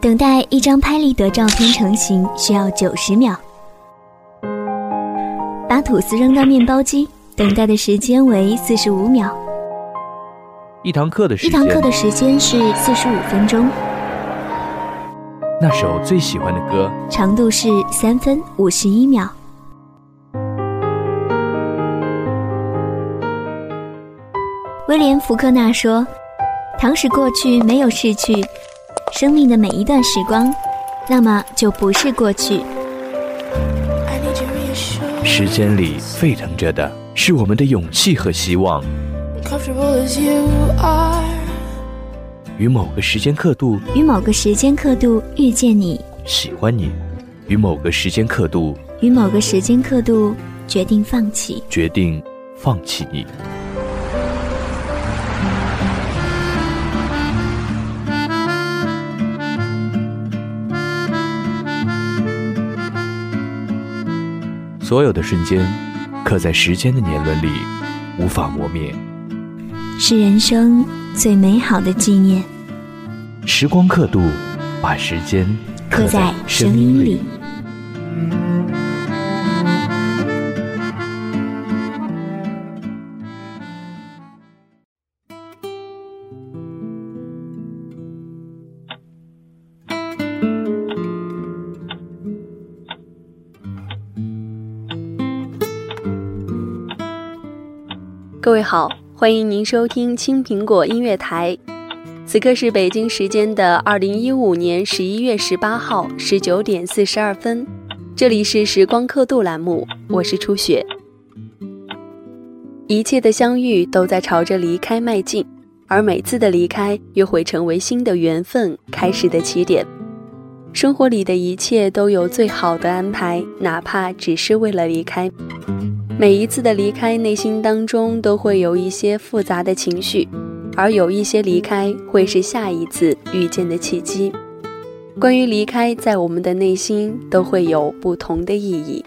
等待一张拍立得照片成型需要90秒。把吐司扔到面包机，等待的时间为45秒。 一堂课的时间是45分钟。 那首最喜欢的歌， 长度是3分51秒。威廉·福克纳说，倘使过去没有逝去，生命的每一段时光，那么就不是过去。 时间里沸腾着的是我们的勇气和希望。与某个时间刻度遇见你， 喜欢你；与某个时间刻度决定放弃你。所有的瞬间刻在时间的年轮里，无法磨灭， 是人生最美好的纪念。 时光刻度，把时间刻在声音里。 各位好，欢迎您收听青苹果音乐台。此刻是北京时间的2015年11月18号19点42分，这里是时光刻度栏目，我是初雪。一切的相遇都在朝着离开迈进，而每次的离开又会成为新的缘分开始的起点。生活里的一切都有最好的安排，哪怕只是为了离开。每一次的离开，内心当中都会有一些复杂的情绪，而有一些离开会是下一次遇见的契机。关于离开，在我们的内心都会有不同的意义。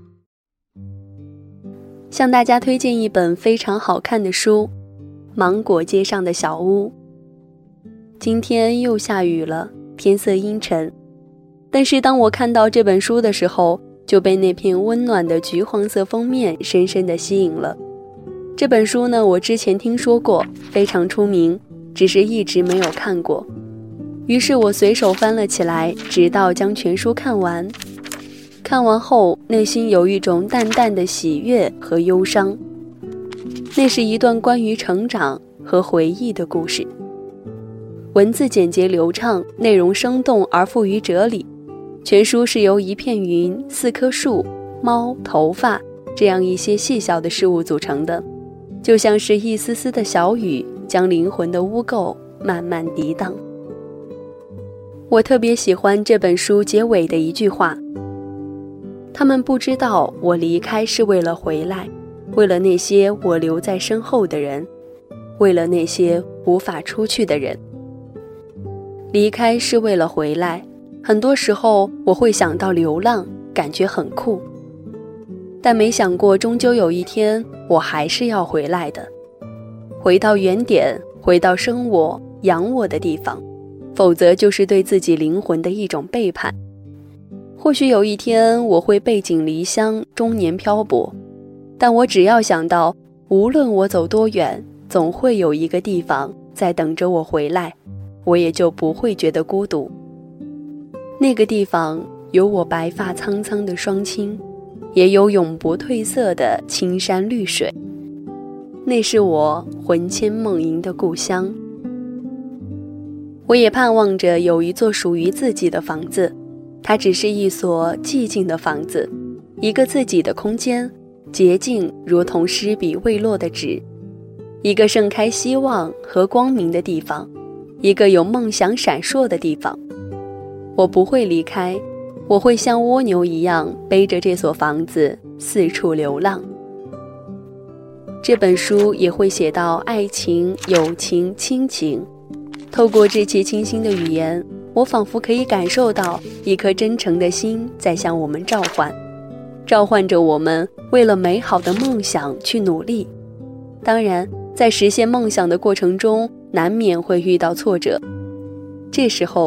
向大家推荐一本非常好看的书，《芒果街上的小屋》。今天又下雨了，天色阴沉，但是当我看到这本书的时候，就被那片温暖的橘黄色封面深深地吸引了。这本书呢，我之前听说过，非常出名，只是一直没有看过。于是我随手翻了起来，直到将全书看完。看完后，内心有一种淡淡的喜悦和忧伤。那是一段关于成长和回忆的故事。文字简洁流畅，内容生动而富于哲理。全书是由一片云、4棵树、猫、头发这样一些细小的事物组成的，就像是一丝丝的小雨，将灵魂的污垢慢慢涤荡。我特别喜欢这本书结尾的一句话：他们不知道我离开是为了回来，为了那些我留在身后的人，为了那些无法出去的人。离开是为了回来，很多时候我会想到流浪，感觉很酷，但没想过终究有一天我还是要回来的，回到原点，回到生我养我的地方，否则就是对自己灵魂的一种背叛。或许有一天我会背井离乡，终年漂泊，但我只要想到无论我走多远，总会有一个地方在等着我回来，我也就不会觉得孤独。那个地方有我白发苍苍的双亲，也有永不褪色的青山绿水，那是我魂牵梦萦的故乡。我也盼望着有一座属于自己的房子，它只是一所寂静的房子，一个自己的空间，洁净如同湿笔未落的纸，一个盛开希望和光明的地方，一个有梦想闪烁的地方。我不会离开，我会像蜗牛一样背着这所房子四处流浪。这本书也会写到爱情、友情、亲情，透过这些清新的语言，我仿佛可以感受到一颗真诚的心在向我们召唤着我们为了美好的梦想去努力。当然，在实现梦想的过程中，难免会遇到挫折，这时候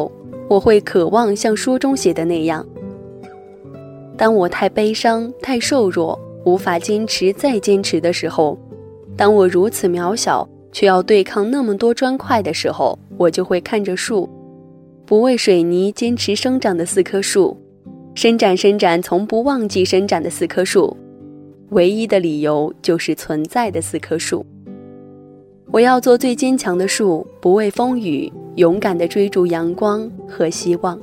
我会渴望像书中写的那样。当我太悲伤、太瘦弱，无法坚持再坚持的时候，当我如此渺小，却要对抗那么多砖块的时候，我就会看着树，不为水泥坚持生长的4棵树，伸展伸展从不忘记伸展的4棵树，唯一的理由就是存在的4棵树。我要做最坚强的树，不畏风雨，勇敢地追逐阳光和希望。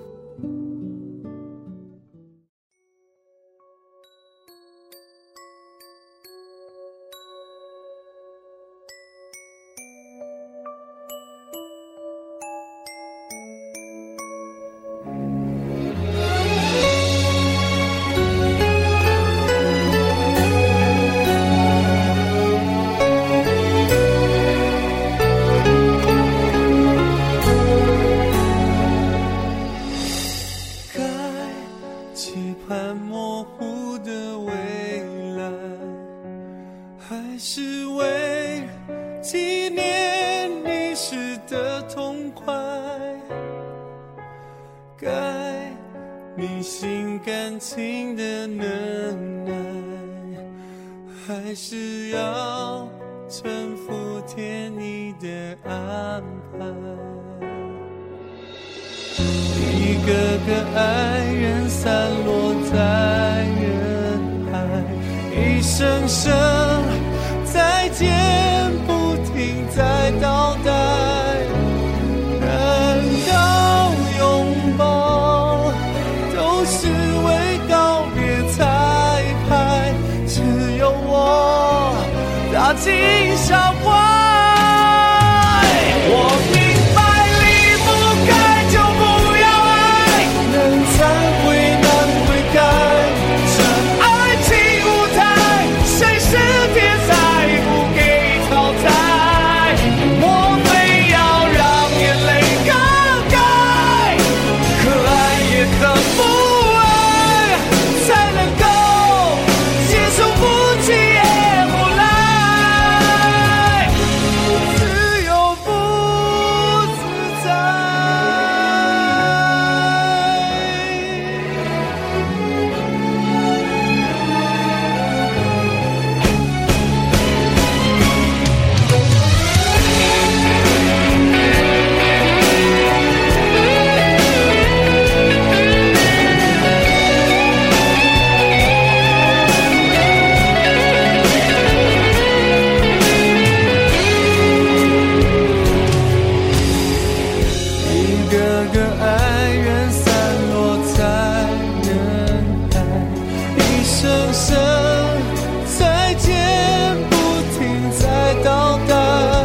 是为纪念你时的痛快，该你心感情的能耐，还是要臣服天意的安排。一个个爱人散落在人海，一声声再见不停在倒带，难道拥抱都是为告别彩排？只有我踏进笑怀，我明白离不开就不要爱，能忏悔难悔改，这爱情舞台谁是天才不给淘汰，莫非要让眼泪更改，可爱也可不爱，才能够接受不弃也不来，自由不自在。一个个爱人散落在人海，一声声再见不停在倒带，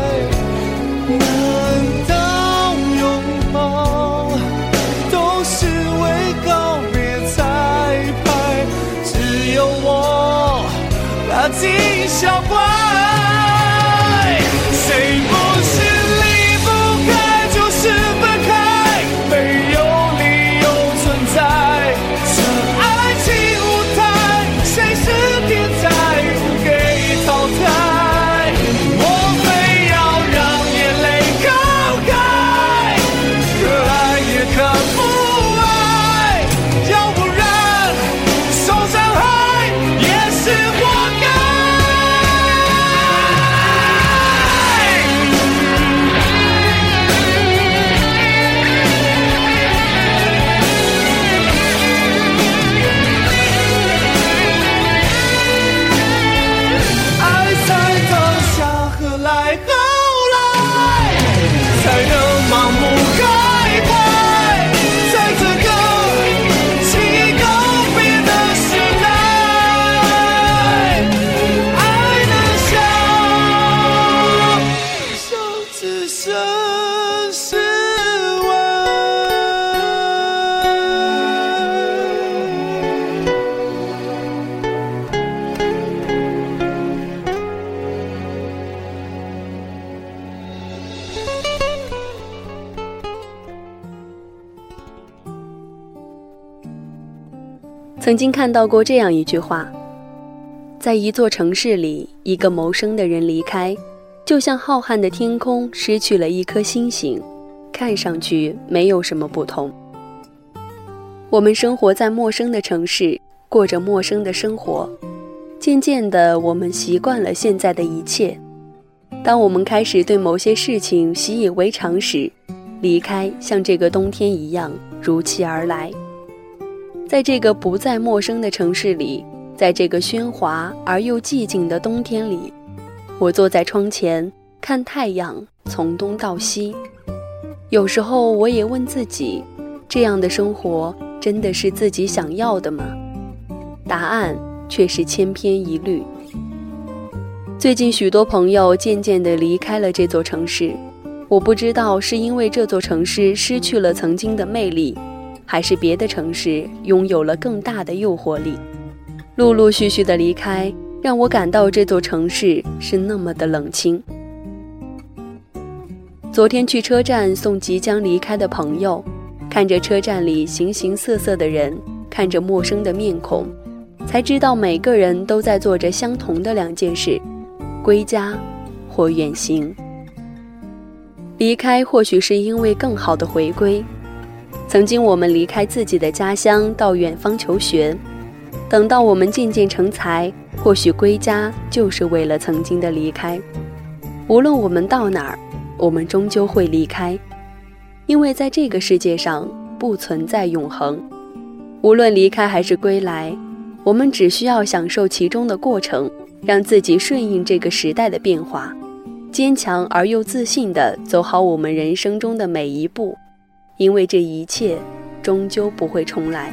难道拥抱都是为告别彩排？只有我拉近笑怀，谁不是离不开就是分开，没有理由存在，这爱情舞台谁是天才不给淘汰，莫非要让眼泪更改，可爱也可不爱，要不然受伤害也是活该。爱在当下，何来何来，才能盲目害怕，在这个轻易告别的时代，爱能笑只剩失望。 曾经看到过这样一句话，在一座城市里，一个谋生的人离开，就像浩瀚的天空失去了一颗星星，看上去没有什么不同。 我们生活在陌生的城市，过着陌生的生活，渐渐的，我们习惯了现在的一切。当我们开始对某些事情习以为常时，离开像这个冬天一样如期而来。在这个不再陌生的城市里，在这个喧哗而又寂静的冬天里，我坐在窗前看太阳从东到西。有时候我也问自己，这样的生活真的是自己想要的吗？答案却是千篇一律。最近许多朋友渐渐地离开了这座城市，我不知道是因为这座城市失去了曾经的魅力，还是别的城市拥有了更大的诱惑力。陆陆续续的离开，让我感到这座城市是那么的冷清。昨天去车站送即将离开的朋友，看着车站里形形色色的人，看着陌生的面孔，才知道每个人都在做着相同的两件事：归家或远行。离开或许是因为更好的回归。曾经我们离开自己的家乡到远方求学，等到我们渐渐成才，或许归家就是为了曾经的离开。无论我们到哪儿，我们终究会离开，因为在这个世界上不存在永恒。无论离开还是归来，我们只需要享受其中的过程，让自己顺应这个时代的变化，坚强而又自信地走好我们人生中的每一步，因为这一切终究不会重来。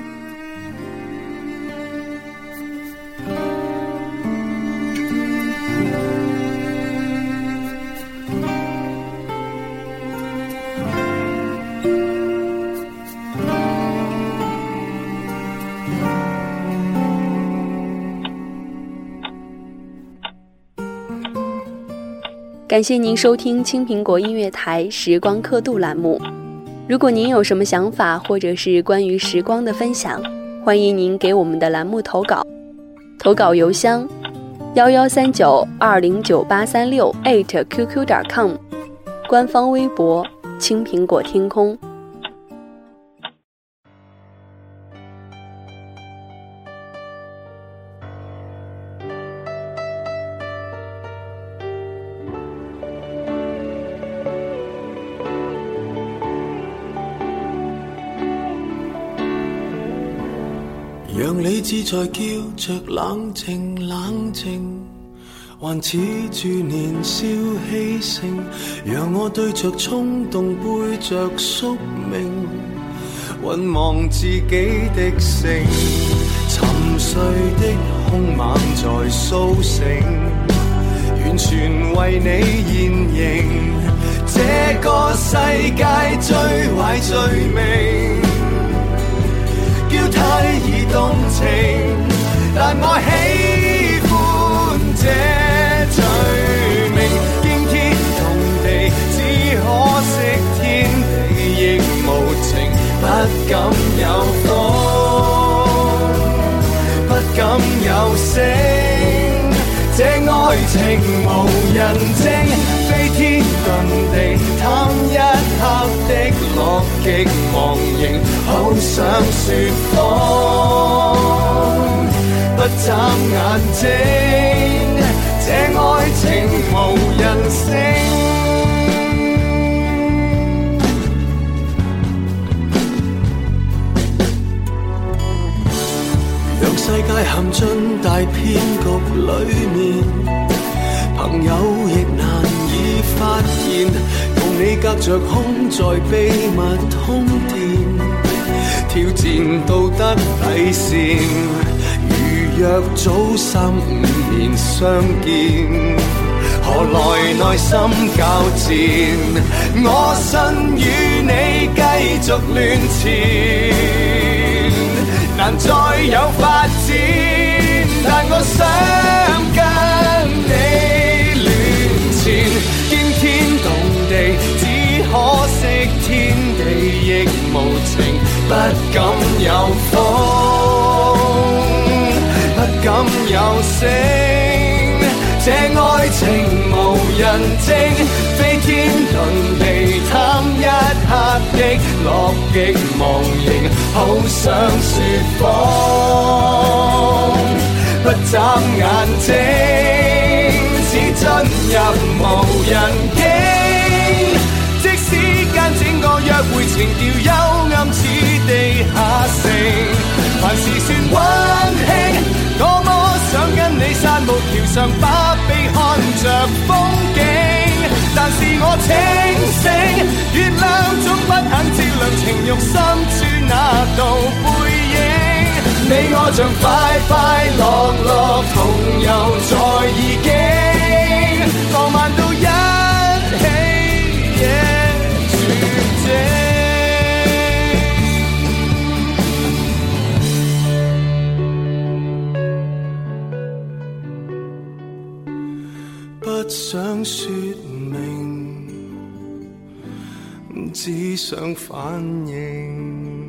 感谢您收听青苹果音乐台时光刻度栏目。如果您有什么想法或者是关于时光的分享，欢迎您给我们的栏目投稿。投稿邮箱1139209836@qq.com， 官方微博青苹果天空。 讓理智在叫着冷靜冷靜，還恃住年少氣盛，讓我對着衝動背着宿命，渾忘自己的性，沉睡的兇猛在甦醒，完全為你現形，這個世界最壞罪名，叫太易動情，但我喜歡這罪名，驚天動地，只可惜天地亦無情，不敢有風，不敢有聲，這愛情無人證，飛天遁地，貪一刻的樂極忘形，好想說謊，不眨眼睛，這愛情無人性。讓世界陷進大騙局裏面，朋友亦難以發現，共你隔着空在秘密通電，挑戰道德底線，如若早3-5年相見，何來內心交戰，我信與你繼續亂纏，難再有發展，但我想跟你戀纏，驚天動地，只可惜天地亦無情，不敢有風，不敢有聲，這愛情無人證，飛天遁地，貪一刻的樂極忘形，好想說謊，不眨眼睛，似進入無人境。即使間整個約會情調幽暗似地下城，凡事算溫馨，多麼想跟你散步橋上把臂看着風景。但是我清醒，月亮總不肯照亮情慾深處那道背影。你我像快快樂樂同遊在意境，浪漫到一起也絕境。不想說明，只想反應。